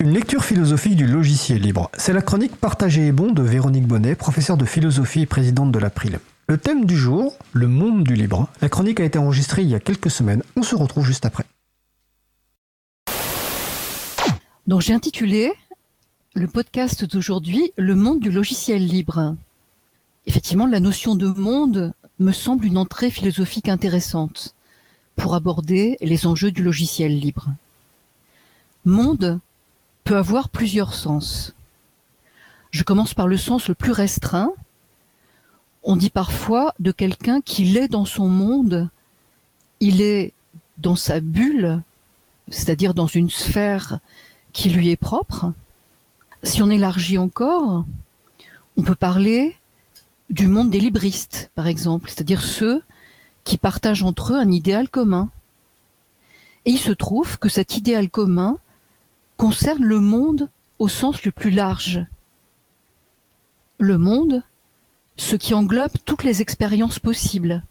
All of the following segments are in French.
Une lecture philosophique du logiciel libre. C'est la chronique Partagé et bon de Véronique Bonnet, professeure de philosophie et présidente de l'April. Le thème du jour, le monde du libre. La chronique a été enregistrée il y a quelques semaines. On se retrouve juste après. Donc j'ai intitulé le podcast d'aujourd'hui « Le monde du logiciel libre ». Effectivement, la notion de monde me semble une entrée philosophique intéressante pour aborder les enjeux du logiciel libre. Monde peut avoir plusieurs sens. Je commence par le sens le plus restreint. On dit parfois de quelqu'un qu'il est dans son monde, il est dans sa bulle, c'est-à-dire dans une sphère qui lui est propre. Si on élargit encore, on peut parler du monde des libristes, par exemple, c'est-à-dire ceux qui partagent entre eux un idéal commun. Et il se trouve que cet idéal commun concerne le monde au sens le plus large. Le monde, ce qui englobe toutes les expériences possibles.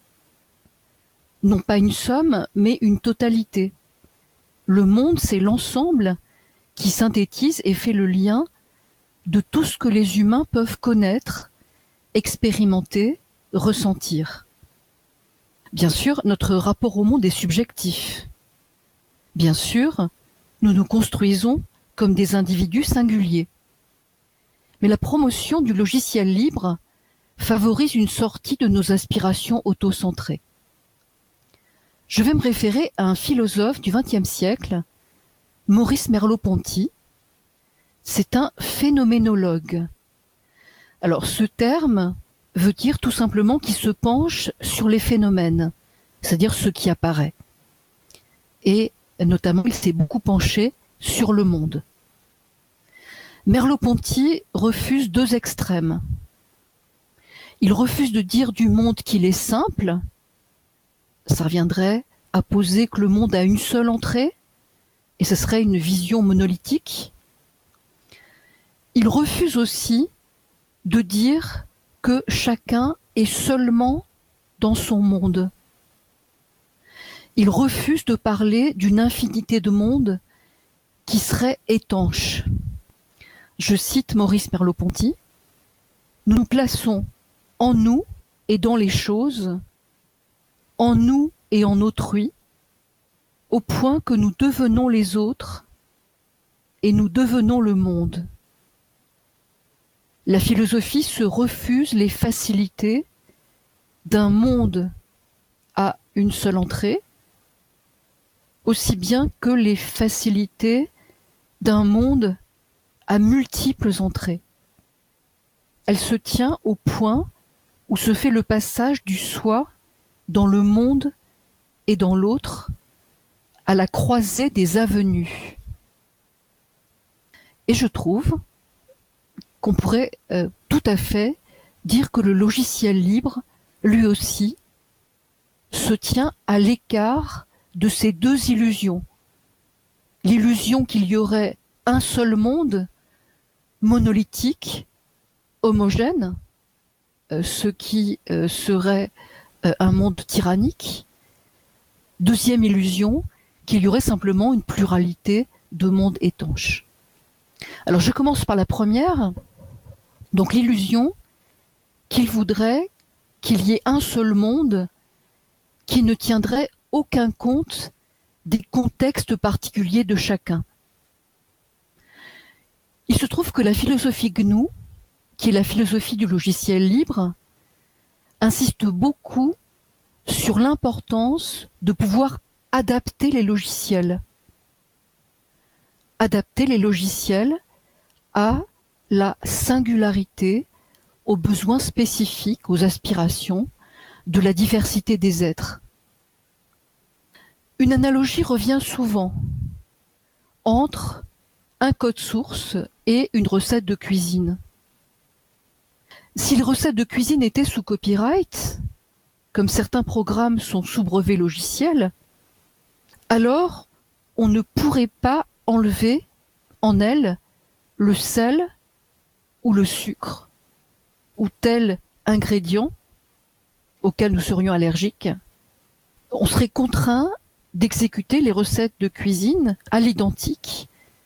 Non pas une somme, mais une totalité. Le monde, c'est l'ensemble qui synthétise et fait le lien de tout ce que les humains peuvent connaître, expérimenter, ressentir. Bien sûr, notre rapport au monde est subjectif. Bien sûr, nous nous construisons comme des individus singuliers. Mais la promotion du logiciel libre favorise une sortie de nos aspirations autocentrées. Je vais me référer à un philosophe du XXe siècle, Maurice Merleau-Ponty. C'est un phénoménologue. Alors, ce terme veut dire tout simplement qu'il se penche sur les phénomènes, c'est-à-dire ce qui apparaît. Et notamment, il s'est beaucoup penché sur le monde. Merleau-Ponty refuse deux extrêmes. Il refuse de dire du monde qu'il est simple. Ça reviendrait à poser que le monde a une seule entrée, et ce serait une vision monolithique. Il refuse aussi de dire que chacun est seulement dans son monde. Il refuse de parler d'une infinité de mondes qui seraient étanches. Je cite Maurice Merleau-Ponty. « Nous nous plaçons en nous et dans les choses, en nous et en autrui, au point que nous devenons les autres et nous devenons le monde. La philosophie se refuse les facilités d'un monde à une seule entrée, aussi bien que les facilités d'un monde à multiples entrées. Elle se tient au point où se fait le passage du soi dans le monde et dans l'autre, à la croisée des avenues. » Et je trouve qu'on pourrait tout à fait dire que le logiciel libre, lui aussi, se tient à l'écart de ces deux illusions. L'illusion qu'il y aurait un seul monde, monolithique, homogène, ce qui serait un monde tyrannique. Deuxième illusion, qu'il y aurait simplement une pluralité de mondes étanches. Alors je commence par la première, donc l'illusion qu'il voudrait qu'il y ait un seul monde qui ne tiendrait aucun compte des contextes particuliers de chacun. Il se trouve que la philosophie GNU, qui est la philosophie du logiciel libre, insiste beaucoup sur l'importance de pouvoir adapter les logiciels. Adapter les logiciels à la singularité, aux besoins spécifiques, aux aspirations de la diversité des êtres. Une analogie revient souvent entre un code source et une recette de cuisine. Si les recettes de cuisine étaient sous copyright, comme certains programmes sont sous brevet logiciel, alors on ne pourrait pas enlever en elles le sel ou le sucre ou tel ingrédient auquel nous serions allergiques. On serait contraint d'exécuter les recettes de cuisine à l'identique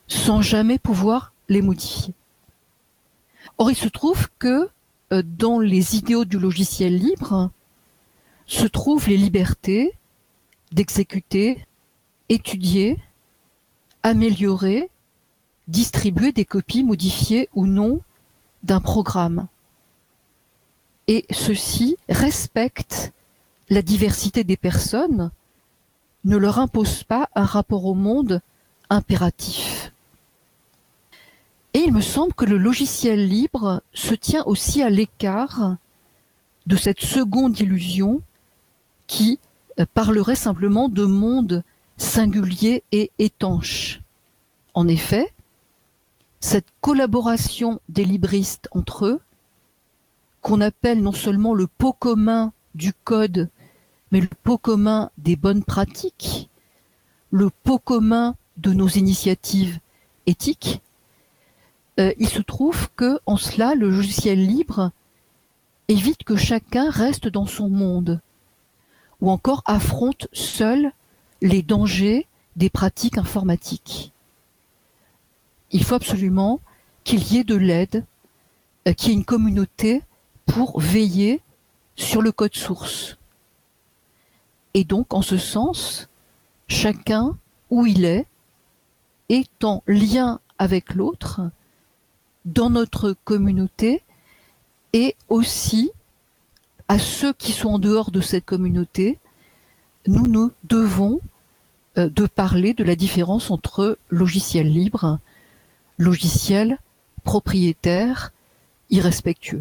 sans jamais pouvoir les modifier. Or, il se trouve que dans les idéaux du logiciel libre se trouvent les libertés d'exécuter, étudier, améliorer, distribuer des copies modifiées ou non d'un programme. Et ceci respecte la diversité des personnes, ne leur impose pas un rapport au monde impératif. Et il me semble que le logiciel libre se tient aussi à l'écart de cette seconde illusion qui parlerait simplement de monde singulier et étanche. En effet, cette collaboration des libristes entre eux, qu'on appelle non seulement le pot commun du code, mais le pot commun des bonnes pratiques, le pot commun de nos initiatives éthiques, il se trouve que, en cela, le logiciel libre évite que chacun reste dans son monde, ou encore affronte seul les dangers des pratiques informatiques. Il faut absolument qu'il y ait de l'aide, qu'il y ait une communauté pour veiller sur le code source. Et donc, en ce sens, chacun, où il est en lien avec l'autre, dans notre communauté, et aussi à ceux qui sont en dehors de cette communauté, nous devons de parler de la différence entre logiciel libre, logiciel propriétaire, irrespectueux.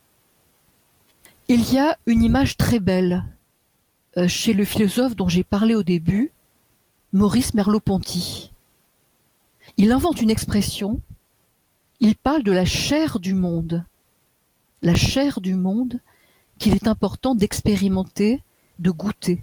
Il y a une image très belle chez le philosophe dont j'ai parlé au début, Maurice Merleau-Ponty. Il invente une expression, il parle de la chair du monde qu'il est important d'expérimenter, de goûter.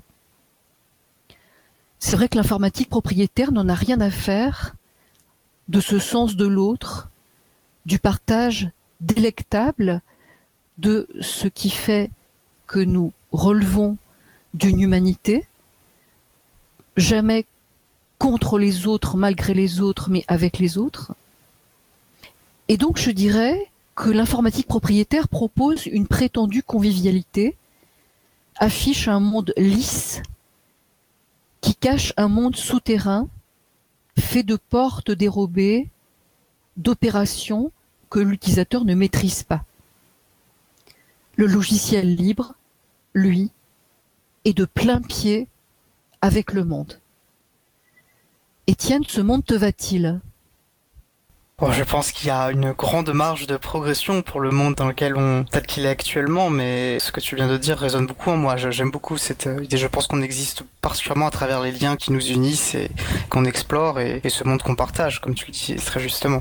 C'est vrai que l'informatique propriétaire n'en a rien à faire de ce sens de l'autre, du partage délectable de ce qui fait que nous relevons d'une humanité, jamais contre les autres, malgré les autres, mais avec les autres. Et donc je dirais que l'informatique propriétaire propose une prétendue convivialité, affiche un monde lisse, qui cache un monde souterrain, fait de portes dérobées, d'opérations que l'utilisateur ne maîtrise pas. Le logiciel libre, lui, est de plein pied avec le monde. Étienne, ce monde te va-t-il ? Bon, je pense qu'il y a une grande marge de progression pour le monde tel qu'il est actuellement, mais ce que tu viens de dire résonne beaucoup en moi. J'aime beaucoup cette idée. Je pense qu'on existe particulièrement à travers les liens qui nous unissent et qu'on explore et ce monde qu'on partage, comme tu le dis très justement.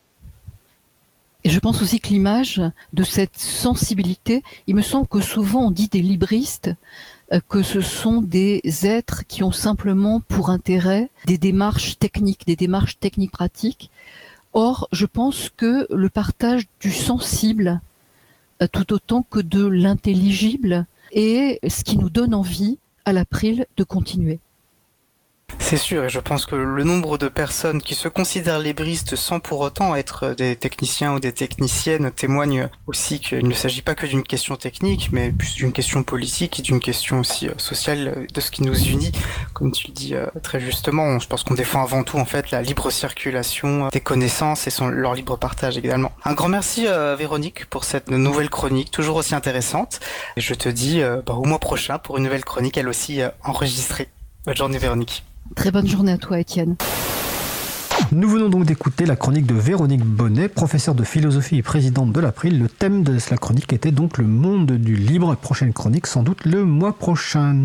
Et je pense aussi que l'image de cette sensibilité, il me semble que souvent on dit des libristes que ce sont des êtres qui ont simplement pour intérêt des démarches techniques pratiques. Or, je pense que le partage du sensible, tout autant que de l'intelligible, est ce qui nous donne envie à l'April de continuer. C'est sûr, et je pense que le nombre de personnes qui se considèrent libristes sans pour autant être des techniciens ou des techniciennes témoigne aussi qu'il ne s'agit pas que d'une question technique, mais plus d'une question politique et d'une question aussi sociale de ce qui nous unit. Comme tu le dis très justement, je pense qu'on défend avant tout en fait la libre circulation des connaissances et leur libre partage également. Un grand merci Véronique pour cette nouvelle chronique, toujours aussi intéressante. Et je te dis au mois prochain pour une nouvelle chronique, elle aussi enregistrée. Bonne journée Véronique. Très bonne journée à toi, Étienne. Nous venons donc d'écouter la chronique de Véronique Bonnet, professeure de philosophie et présidente de l'April. Le thème de la chronique était donc le monde du libre. Prochaine chronique sans doute le mois prochain.